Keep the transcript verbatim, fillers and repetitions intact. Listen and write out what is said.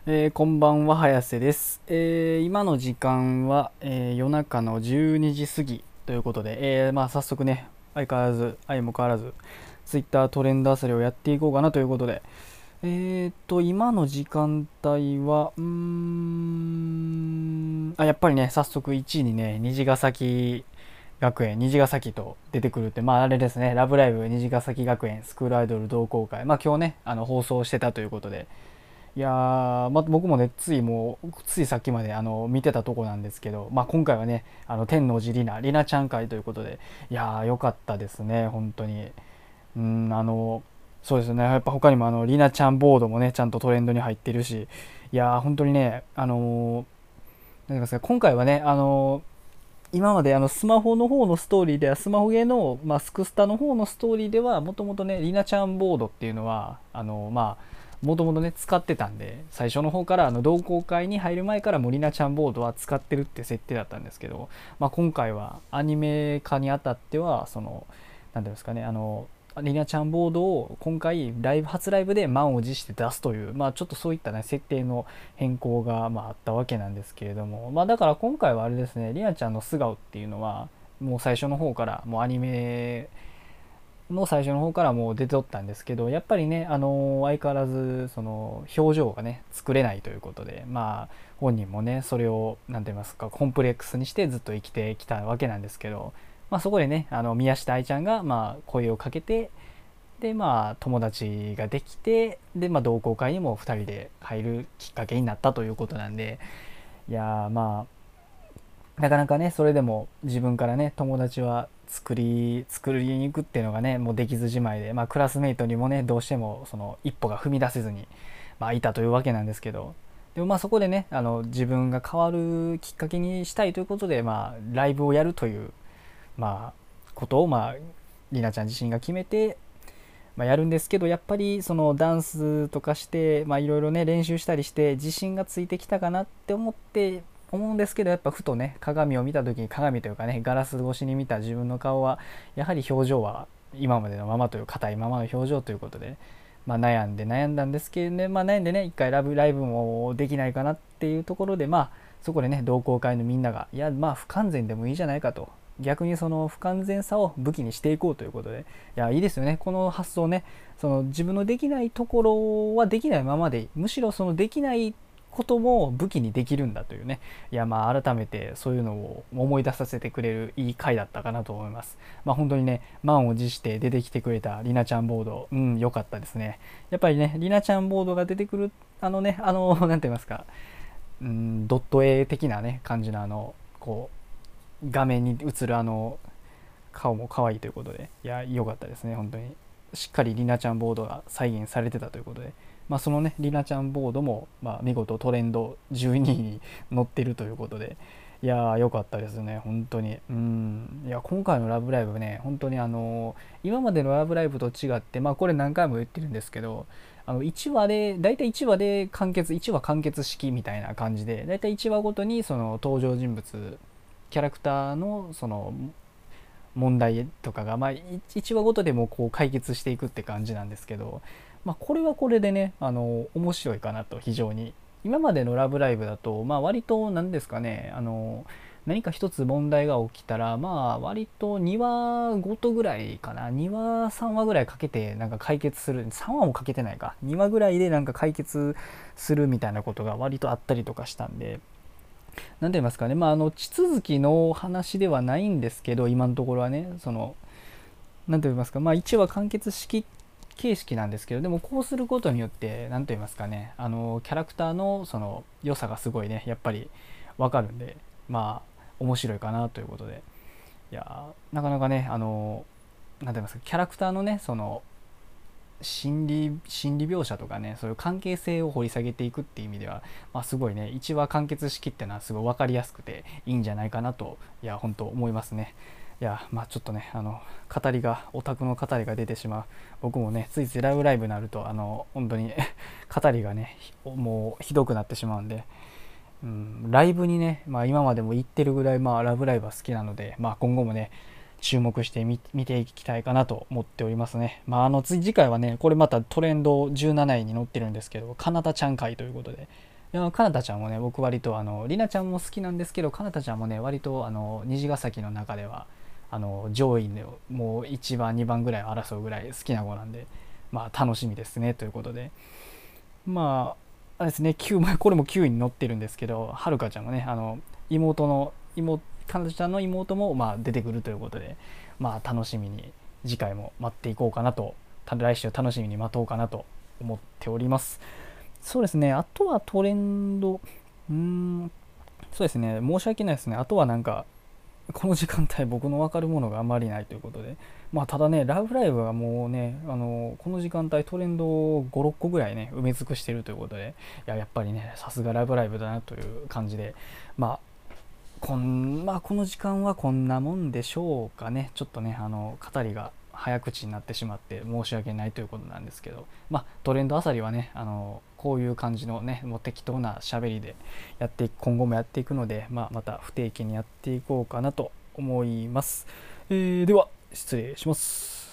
えーこんばんは、早瀬です。えー今の時間は、えー夜中のじゅうにじ過ぎということで、えーまあ、早速ね、相変わらず、相も変わらず、ツイッタートレンド漁りをやっていこうかなということで、えーっと、今の時間帯は、うーん、あ、やっぱりね、早速いちいにね、虹ヶ崎学園、虹ヶ崎と出てくるって、まああれですね、ラブライブ虹ヶ崎学園スクールアイドル同好会、まあ今日ね、あの放送してたということで、いやー、ま、僕もね、ついもう、ついさっきまであの見てたとこなんですけど、まあ、今回はね、あの天王寺リナ、リナちゃん会ということで、いやー、良かったですね、本当に。うん、あの、そうですね、やっぱ他にもあの、リナちゃんボードもね、ちゃんとトレンドに入ってるし、いやー、本当にね、あのー、なんて言いますか、今回はね、あのー今まであのスマホの方のストーリーではスマホゲーの、まあ、スクスタの方のストーリーではもともとねリナちゃんボードっていうのはあのまあもともとね使ってたんで、最初の方からあの同好会に入る前からもリナちゃんボードは使ってるって設定だったんですけど、まあ、今回はアニメ化にあたってはその何ていうんですかね、あのリナちゃんボードを今回ライブ初ライブで満を持して出すという、まあ、ちょっとそういった、ね、設定の変更が、まあ、あったわけなんですけれども、まあ、だから今回はあれですね、リナちゃんの素顔っていうのはもう最初の方からもうアニメの最初の方からもう出ておったんですけど、やっぱりね、あの相変わらずその表情がね作れないということで、まあ本人もねそれを何て言いますかコンプレックスにしてずっと生きてきたわけなんですけど、まあ、そこでねあの宮下愛ちゃんがまあ声をかけて、でまあ友達ができて、でまあ同好会にもふたりで入るきっかけになったということなんで、いやーまあなかなかねそれでも自分からね友達は作り作りに行くっていうのがねもうできずじまいで、まあ、クラスメイトにもねどうしてもその一歩が踏み出せずに、まあ、いたというわけなんですけど、でもまあそこでねあの自分が変わるきっかけにしたいということで、まあ、ライブをやるという、まあ、ことをまありなちゃん自身が決めて、まあ、やるんですけど、やっぱりそのダンスとかしていろいろね練習したりして自信がついてきたかなって思って思うんですけど、やっぱふとね鏡を見た時に、鏡というかねガラス越しに見た自分の顔はやはり表情は今までのままという硬いままの表情ということで、まあ、悩んで悩んだんですけどね、まあ、悩んでね一回ラブライブもできないかなっていうところで、まあそこでね同好会のみんながいやまあ不完全でもいいじゃないかと、逆にその不完全さを武器にしていこうということで、いやいいですよねこの発想ね。その自分のできないところはできないままで、むしろそのできないことも武器にできるんだというね、いやまあ改めてそういうのを思い出させてくれるいい回だったかなと思います。まあ本当にね満を持して出てきてくれたりなちゃんボード、うん良かったですね。やっぱりねりなちゃんボードが出てくるあのねあのなんて言いますか、うんドット絵的なね感じのあのこう画面に映るあの顔も可愛いということで、いや良かったですね本当に。しっかりりなちゃんボードが再現されてたということで、まあ、そのねりなちゃんボードも、まあ、見事トレンドじゅうにいに載ってるということで、いやー良かったですね本当に。うん、いや今回の「ラブライブ!」ね本当にあのー今までの「ラブライブ!」と違って、まあこれ何回も言ってるんですけど、あのいちわで大体いちわで完結いちわ完結式みたいな感じで、大体いちわごとにその登場人物キャラクターのその問題とかが、まあ、いちわごとでもこう解決していくって感じなんですけど、まあ、これはこれでねあの面白いかなと。非常に今までの「ラブライブ!」だと、まあ、割と何ですかね、あの何か一つ問題が起きたら、まあ割とにわごとぐらいかな、にわさんわぐらいかけてなんか解決する、さんわもかけてないか、にわぐらいでなんか解決するみたいなことが割とあったりとかしたんで、何て言いますかね、まあ、あの地続きの話ではないんですけど、今のところはね、その何て言いますか、まあ、いちわ完結式形式なんですけど、でもこうすることによって何と言いますかね、あのキャラクターのその良さがすごいねやっぱり分かるんで、まあ面白いかなということで、いやなかなかねあの何て言いますか、キャラクターのねその心理心理描写とかね、そういう関係性を掘り下げていくっていう意味では、まあ、すごいねいちわ完結式ってのはすごい分かりやすくていいんじゃないかなと、いや本当思いますね。いやまあちょっとねあの語りがオタクの語りが出てしまう。僕もねついついライブライブになるとあの本当に語りがねもうひどくなってしまうんで、うん、ライブにね、まあ、今までも行ってるぐらい、まあ、ラブライブは好きなので、まあ、今後もね注目してみ見ていきたいかなと思っておりますね。まあ、あの次回はねこれまたトレンドじゅうなないに載ってるんですけど、かなたちゃん会ということで、 いや、かなたちゃんもね、僕割とあのりなちゃんも好きなんですけど、かなたちゃんもね割とあの虹ヶ崎の中ではあの上位のもういちばんにばんぐらいを争うぐらい好きな子なんで、まあ楽しみですねということで、まああれですね、きゅうこれもきゅういに乗ってるんですけど、はるかちゃんもね、あの妹の妹かなたちゃんの妹もまあ出てくるということで、まあ楽しみに次回も待っていこうかなと、来週楽しみに待とうかなと思っております。そうですね、あとはトレンド、うーん、そうですね、申し訳ないですね。あとはなんか、この時間帯僕の分かるものがあまりないということで、まあただね、ラブライブはもうね、あの、この時間帯トレンドをご、ろっこぐらいね、埋め尽くしてるということで、いや、やっぱりね、さすがラブライブだなという感じで、まあ、こん、まあこの時間はこんなもんでしょうかね。ちょっとね、あの、語りが早口になってしまって申し訳ないということなんですけど、まあトレンドあさりはね、あの、こういう感じのね、もう適当な喋りでやっていく、今後もやっていくので、まあまた不定期にやっていこうかなと思います。えーでは、失礼します。